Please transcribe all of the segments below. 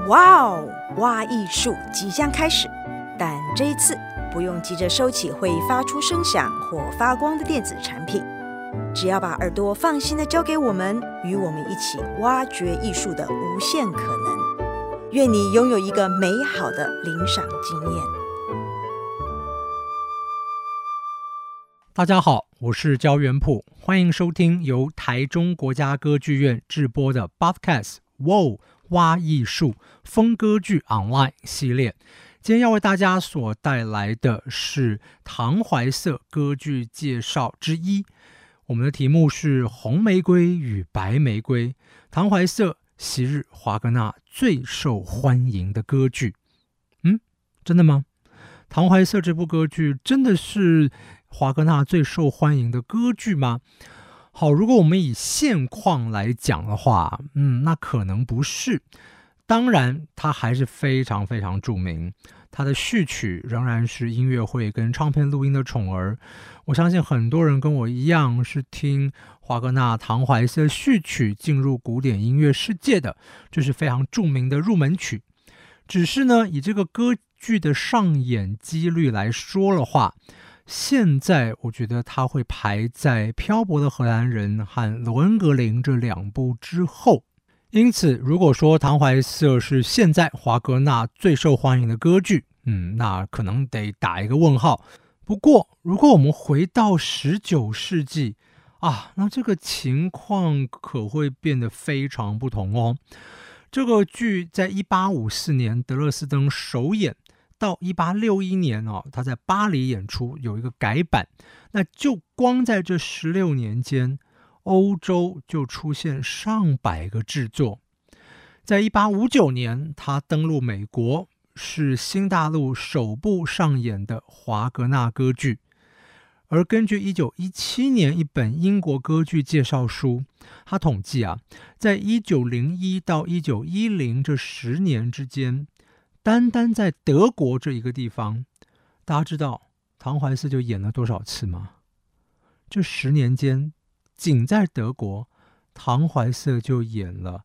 哇哦，挖艺术即将开始，但这一次不用急着收起会发出声响或发光的电子产品，只要把耳朵放心地交给我们，与我们一起挖掘艺术的无限可能。愿你拥有一个美好的领赏经验。 大家好，我是焦元溥，欢迎收听由台中国家歌剧院制播的 Podcast Wow 挖艺术风歌剧 Online 系列。今天要为大家所带来的是唐怀瑟歌剧介绍之一，我们的题目是红玫瑰与白玫瑰，唐怀瑟昔日华格纳最受欢迎的歌剧。真的吗？唐怀瑟这部歌剧真的是华格纳最受欢迎的歌剧吗？好，如果我们以现况来讲的话，那可能不是。当然，它还是非常非常著名。它的序曲仍然是音乐会跟唱片录音的宠儿。我相信很多人跟我一样是听华格纳唐怀瑟序曲进入古典音乐世界的，这是非常著名的入门曲。只是呢，以这个歌剧的上演几率来说的话，现在我觉得它会排在《漂泊的荷兰人》和《罗恩格林》这两部之后。因此，如果说唐怀瑟是现在华格纳最受欢迎的歌剧，那可能得打一个问号。不过，如果我们回到19世纪那这个情况可会变得非常不同哦。这个剧在1854年德勒斯登首演，到1861年他在巴黎演出，有一个改版。那就光在这16年间，欧洲就出现上百个制作。在1859年，他登陆美国，是新大陆首部上演的华格纳歌剧。而根据1917年一本英国歌剧介绍书，他统计在1901到1910这10年之间，单单在德国这一个地方，大家知道唐怀瑟就演了多少次吗？这10年间，仅在德国，唐怀瑟就演了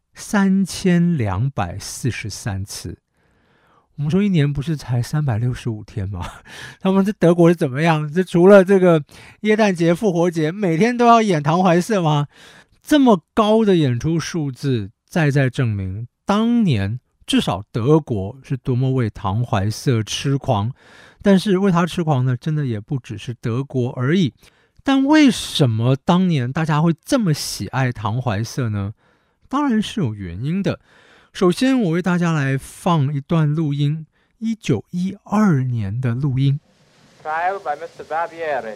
3243次。我们说一年不是才365天吗？他们在德国是怎么样？这除了这个耶诞节、复活节，每天都要演唐怀瑟吗？这么高的演出数字，再证明当年至少德国是多么为唐怀瑟痴狂。但是为他痴狂呢，真的也不只是德国而已。但为什么当年大家会这么喜爱唐怀瑟呢？当然是有原因的。首先，我为大家来放一段录音，1912年的录音。 Trial by Mr. Barbieri.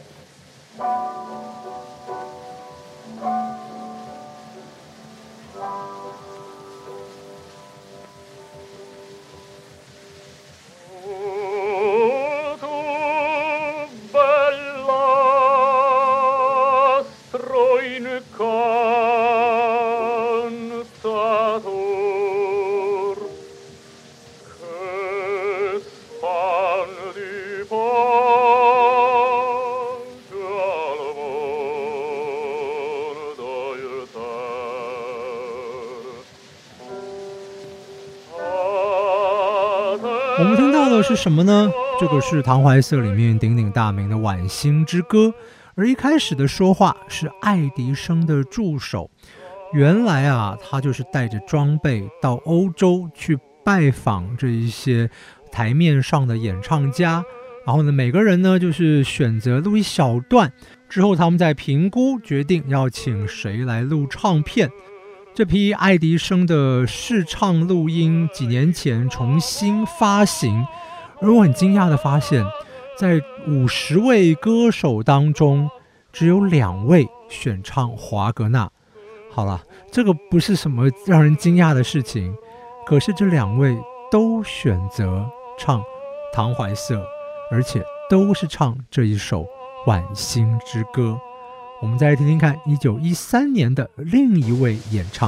我们听到的是什么呢？这个是唐怀瑟里面鼎鼎大名的《晚星之歌》，而一开始的说话是爱迪生的助手。原来他就是带着装备到欧洲去拜访这一些台面上的演唱家，然后呢，每个人呢就是选择录一小段，之后他们再评估决定要请谁来录唱片。这批爱迪生的试唱录音几年前重新发行，而我很惊讶的发现，在50位歌手当中，只有2位选唱华格纳。好了，这个不是什么让人惊讶的事情，可是这2位都选择唱唐怀瑟，而且都是唱这一首《晚星之歌》。我们再来听听看1913年的另一位演唱。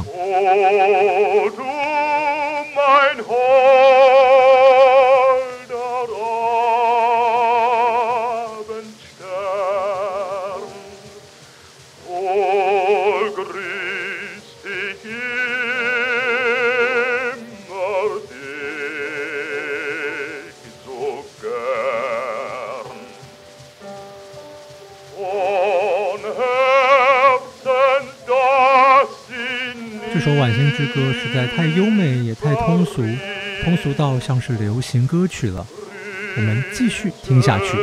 Grüß dich immer 这首《晚星之歌》实在太优美，也太通俗，通俗到像是流行歌曲了。我们继续听下去。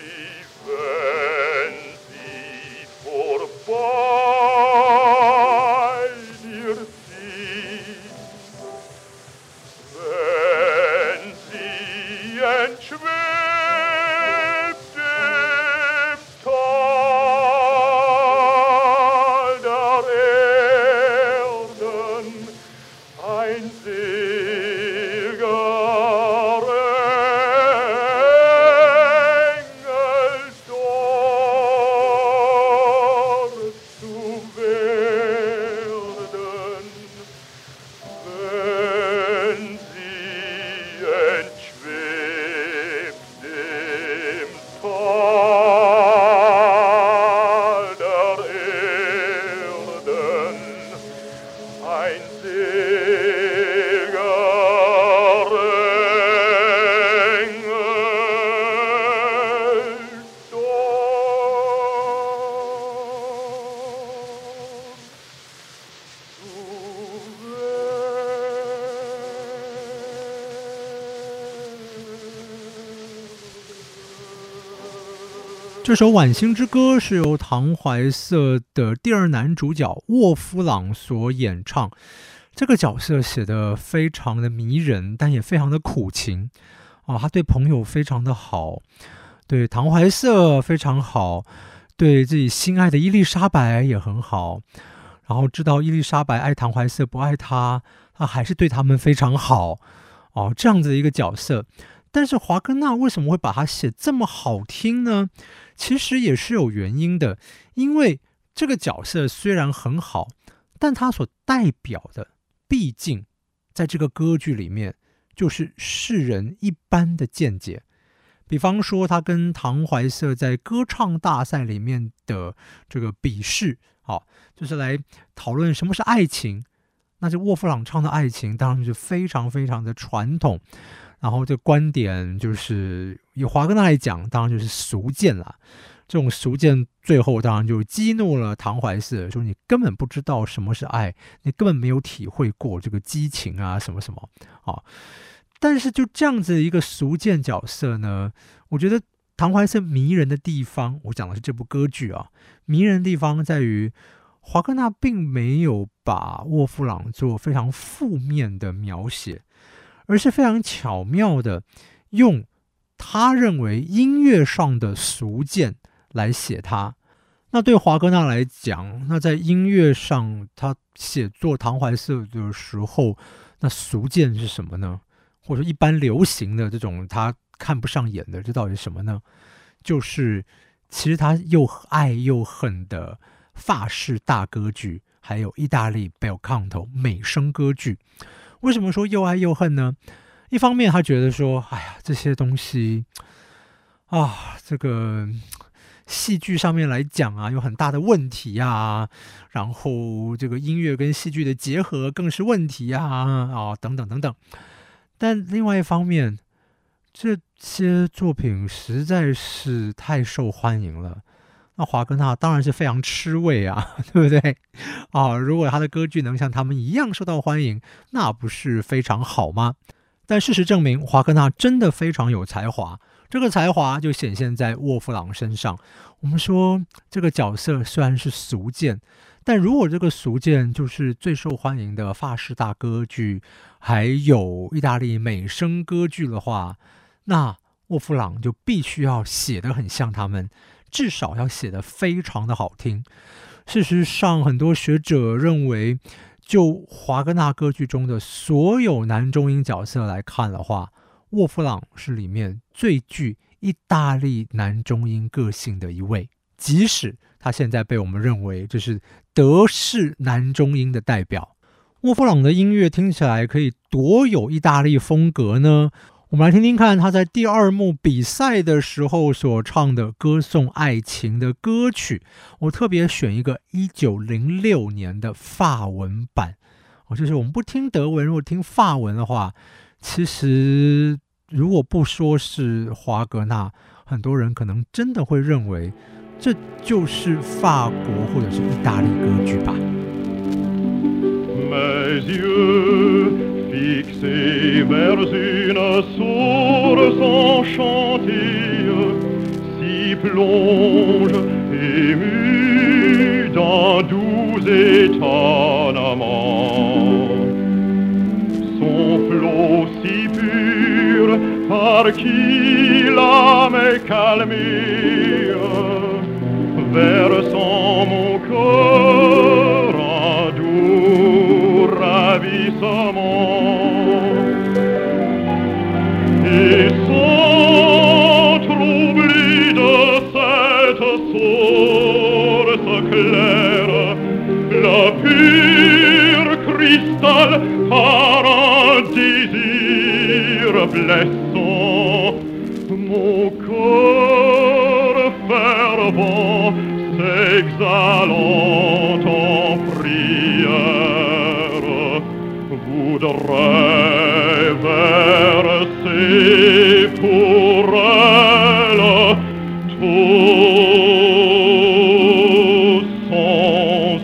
这首《晚星之歌》是由唐怀瑟的第二男主角沃夫朗所演唱。这个角色写得非常的迷人，但也非常的苦情他对朋友非常的好，对唐怀瑟非常好，对自己心爱的伊丽莎白也很好，然后知道伊丽莎白爱唐怀瑟不爱他还是对他们非常好这样子的一个角色。但是华格纳为什么会把它写这么好听呢？其实也是有原因的，因为这个角色虽然很好，但他所代表的毕竟在这个歌剧里面就是世人一般的见解。比方说他跟唐怀瑟在歌唱大赛里面的这个比试就是来讨论什么是爱情。那这沃夫朗唱的爱情当然是非常非常的传统，然后这个观点就是以华格纳来讲当然就是俗见啦。这种俗见最后当然就激怒了唐怀瑟，说你根本不知道什么是爱，你根本没有体会过这个激情什么什么但是就这样子一个俗见角色呢，我觉得唐怀瑟迷人的地方，我讲的是这部歌剧迷人的地方在于华格纳并没有把沃夫朗做非常负面的描写，而是非常巧妙的用他认为音乐上的俗见来写他。那对华格纳来讲，那在音乐上他写作唐怀瑟的时候，那俗见是什么呢？或者一般流行的这种他看不上眼的，这到底是什么呢？就是其实他又爱又恨的法式大歌剧，还有意大利 bel canto 美声歌剧。为什么说又爱又恨呢？一方面他觉得说这些东西这个戏剧上面来讲有很大的问题然后这个音乐跟戏剧的结合更是问题等等等等。但另外一方面，这些作品实在是太受欢迎了，那华格纳当然是非常吃味对不对如果他的歌剧能像他们一样受到欢迎，那不是非常好吗？但事实证明华格纳真的非常有才华，这个才华就显现在沃夫朗身上。我们说这个角色虽然是俗见，但如果这个俗见就是最受欢迎的法式大歌剧还有意大利美声歌剧的话，那沃夫朗就必须要写得很像他们，至少要写得非常的好听。事实上很多学者认为，就华格纳歌剧中的所有男中音角色来看的话，沃夫朗是里面最具意大利男中音个性的一位，即使他现在被我们认为这是德式男中音的代表。沃夫朗的音乐听起来可以多有意大利风格呢？我们来听听看他在第二幕比赛的时候所唱的歌颂爱情的歌曲。我特别选一个1906年的法文版就是我们不听德文，如果听法文的话，其实如果不说是华格纳，很多人可能真的会认为这就是法国或者是意大利歌剧吧。 les yeux fixés vers une source enchantée, s'y plonge ému d'un doux étonnement. Son flot si pur par qui l'âme est calmée, versant mon cœur un doux ravissement. Et sans troubler de cette source claire, le pur cristal par un désir blessant, mon cœur fervent s'exhalant en prière voudrait verser pour elle tout son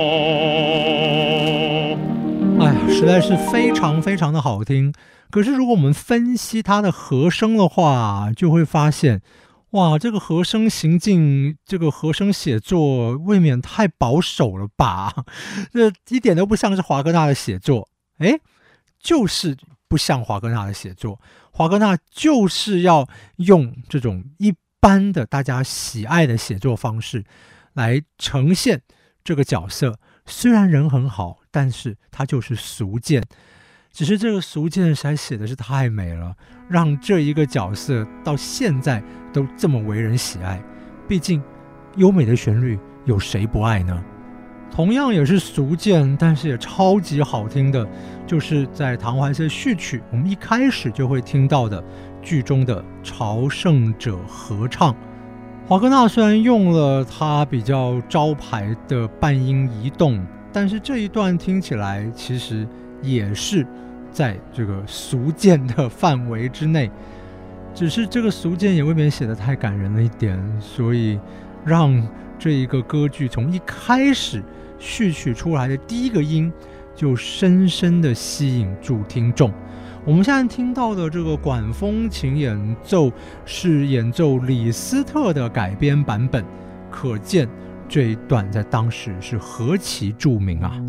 sang。 哎呀，实在是非常非常的好听。可是如果我们分析它的和声的话，就会发现，哇，这个和声行进，这个和声写作未免太保守了吧？这一点都不像是华格纳的写作。哎，就是不像华格纳的写作。华格纳就是要用这种一般的大家喜爱的写作方式来呈现这个角色。虽然人很好，但是他就是俗贱。只是这个俗贱实在写的是太美了，让这一个角色到现在都这么为人喜爱。毕竟优美的旋律有谁不爱呢？同样也是俗贱，但是也超级好听的，就是在唐怀瑟序曲我们一开始就会听到的剧中的朝圣者合唱。华格纳虽然用了他比较招牌的半音移动，但是这一段听起来其实也是在这个俗贱的范围之内，只是这个俗贱也未免写得太感人了一点，所以让这一个歌剧从一开始序曲出来的第一个音就深深地吸引住听众。我们现在听到的这个管风琴演奏是演奏李斯特的改编版本，可见这一段在当时是何其著名啊！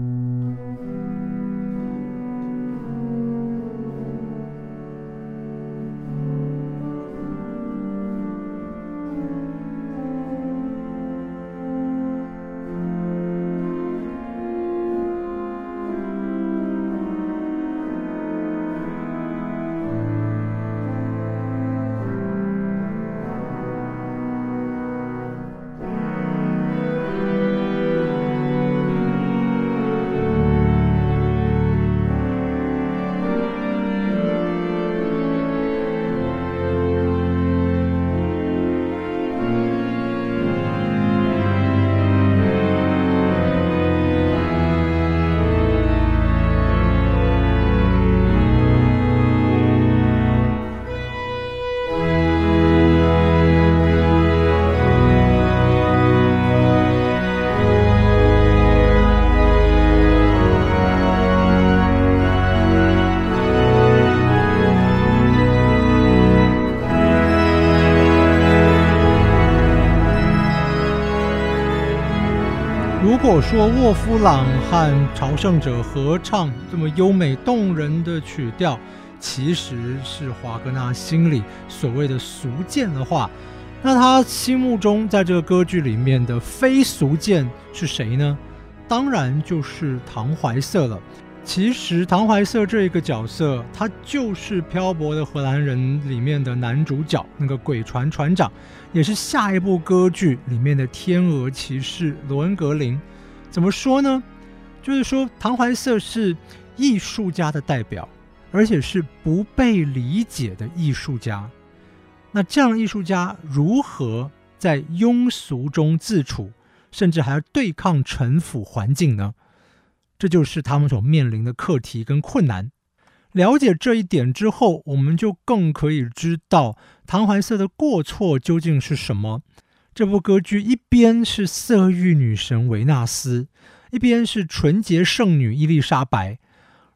如果说沃夫朗和朝圣者合唱这么优美动人的曲调其实是华格纳心里所谓的俗贱的话，那他心目中在这个歌剧里面的非俗贱是谁呢？当然就是唐怀瑟了。其实唐怀瑟这一个角色，他就是《漂泊的荷兰人》里面的男主角，那个鬼船船长，也是下一部歌剧里面的天鹅骑士罗恩格林。怎么说呢？就是说唐怀瑟是艺术家的代表，而且是不被理解的艺术家。那这样的艺术家如何在庸俗中自处，甚至还要对抗城府环境呢？这就是他们所面临的课题跟困难。了解这一点之后，我们就更可以知道唐怀瑟的过错究竟是什么。这部歌剧一边是色欲女神维纳斯，一边是纯洁圣女伊丽莎白，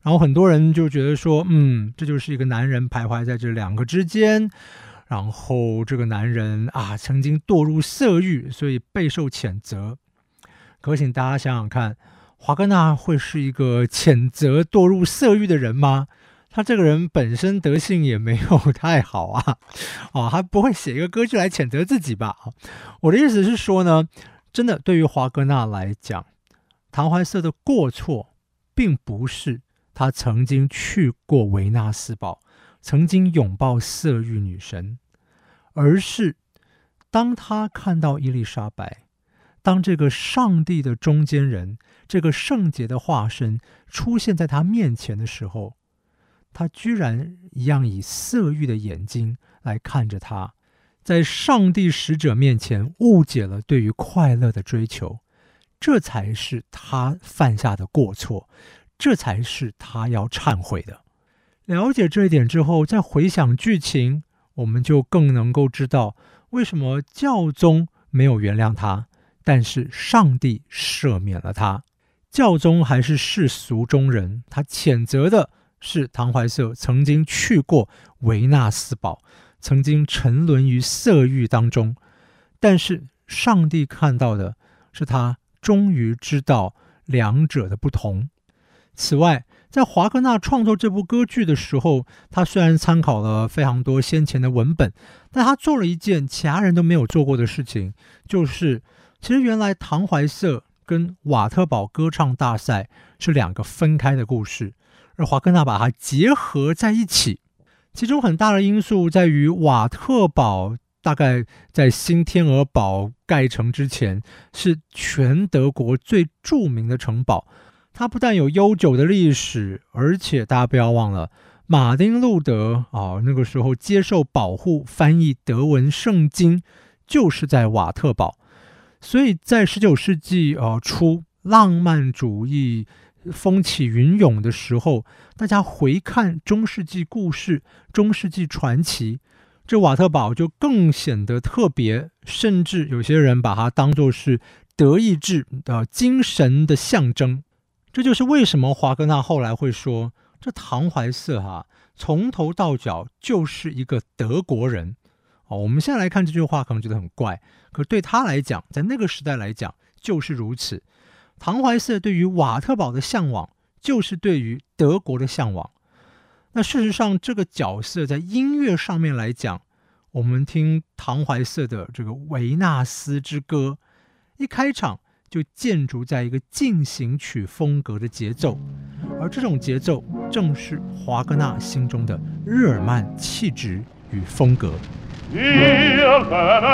然后很多人就觉得说，这就是一个男人徘徊在这两个之间，然后这个男人啊曾经堕入色欲，所以备受谴责。可请大家想想看，华格纳会是一个谴责堕入色欲的人吗？他这个人本身德性也没有太好啊，他不会写一个歌剧来谴责自己吧？我的意思是说呢，真的对于华格纳来讲，唐怀瑟的过错并不是他曾经去过维纳斯堡，曾经拥抱色欲女神，而是当他看到伊丽莎白，当这个上帝的中间人，这个圣洁的化身出现在他面前的时候，他居然一样以色欲的眼睛来看着他，在上帝使者面前误解了对于快乐的追求，这才是他犯下的过错，这才是他要忏悔的。了解这一点之后，再回想剧情，我们就更能够知道为什么教宗没有原谅他，但是上帝赦免了他。教宗还是世俗中人，他谴责的是唐怀瑟曾经去过维纳斯堡，曾经沉沦于色欲当中，但是上帝看到的是他终于知道两者的不同。此外，在华格纳创作这部歌剧的时候，他虽然参考了非常多先前的文本，但他做了一件其他人都没有做过的事情，就是其实原来唐怀瑟跟瓦特堡歌唱大赛是两个分开的故事，而华格纳把它结合在一起。其中很大的因素在于瓦特堡大概在新天鹅堡盖成之前是全德国最著名的城堡，它不但有悠久的历史，而且大家不要忘了马丁路德那个时候接受保护翻译德文圣经就是在瓦特堡。所以在19世纪初浪漫主义风起云涌的时候，大家回看中世纪故事、中世纪传奇，这瓦特堡就更显得特别，甚至有些人把它当作是德意志的精神的象征。这就是为什么华格纳后来会说，这唐怀瑟从头到脚就是一个德国人。我们现在来看这句话可能觉得很怪，可对他来讲，在那个时代来讲就是如此。唐怀瑟对于瓦特堡的向往，就是对于德国的向往。那事实上，这个角色在音乐上面来讲，我们听唐怀瑟的这个《维纳斯之歌》，一开场就建筑在一个进行曲风格的节奏，而这种节奏正是华格纳心中的日耳曼气质与风格。 Wir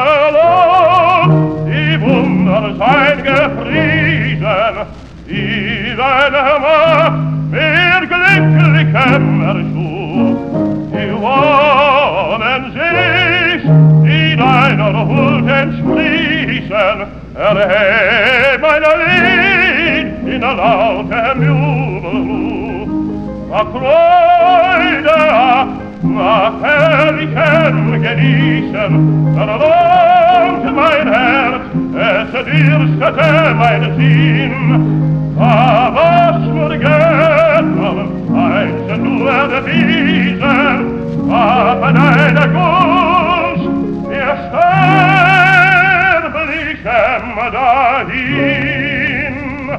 Land, die Wunder sein gepriesen, die deine Macht mir glücklichem erschuf. Die Wonnen sich, die deiner Huld entsprießen, erheb mein Lied in lautem Jubelruf. Nach Freude, nach herrlichem Genießen, verlangt mein Herz, es dürstete mein Sinn. Was nur gern, eins nur bewiesen, war deine Gunst, der sterblichem dahin.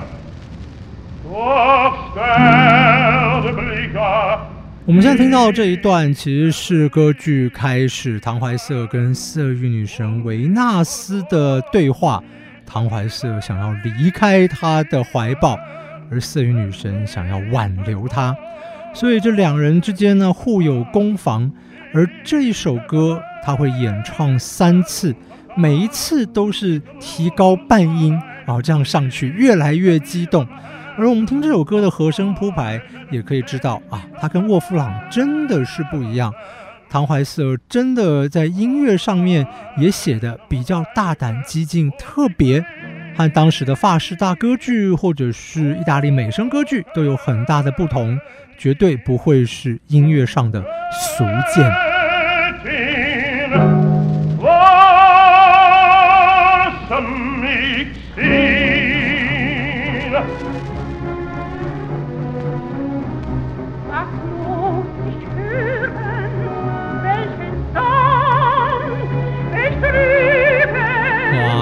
Doch sterblicher 我们现在听到的这一段其实是歌剧开始唐怀瑟跟色欲女神维纳斯的对话，唐怀瑟想要离开她的怀抱，而色欲女神想要挽留他，所以这两人之间呢互有攻防。而这一首歌他会演唱3次，每一次都是提高半音，这样上去越来越激动。而我们听这首歌的和声铺排也可以知道它跟沃夫朗真的是不一样。唐怀瑟真的在音乐上面也写得比较大胆激进特别，和当时的法式大歌剧或者是意大利美声歌剧都有很大的不同，绝对不会是音乐上的俗见。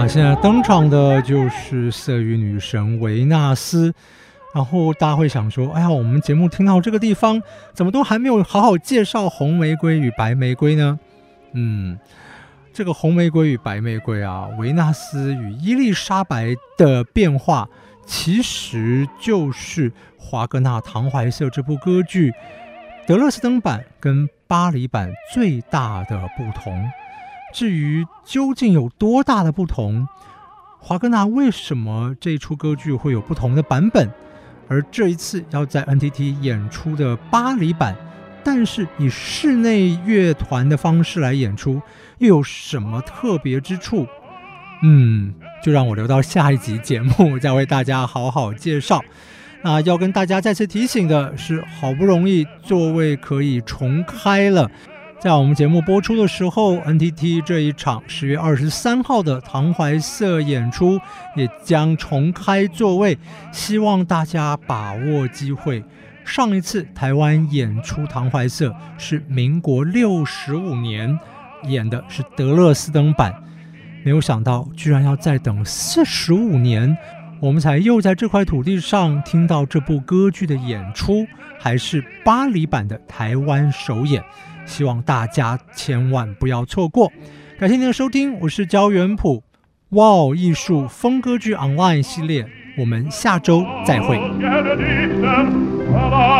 现在登场的就是色欲女神维纳斯。然后大家会想说，哎呀，我们节目听到这个地方，怎么都还没有好好介绍红玫瑰与白玫瑰呢？这个红玫瑰与白玫瑰啊，维纳斯与伊丽莎白的变化，其实就是华格纳《唐怀瑟》这部歌剧德勒斯登版跟巴黎版最大的不同。至于究竟有多大的不同，华格纳为什么这一出歌剧会有不同的版本？而这一次要在 NTT 演出的巴黎版，但是以室内乐团的方式来演出，又有什么特别之处？就让我留到下一集节目再为大家好好介绍。那要跟大家再次提醒的是，好不容易座位可以重开了。在我们节目播出的时候 ，NTT 这一场10月23号的唐怀瑟演出也将重开座位，希望大家把握机会。上一次台湾演出唐怀瑟是民国65年，演的是德勒斯登版，没有想到居然要再等45年，我们才又在这块土地上听到这部歌剧的演出，还是巴黎版的台湾首演。希望大家千万不要错过。感谢您的收听，我是焦元溥。哇哦艺术风歌剧 Online 系列，我们下周再会。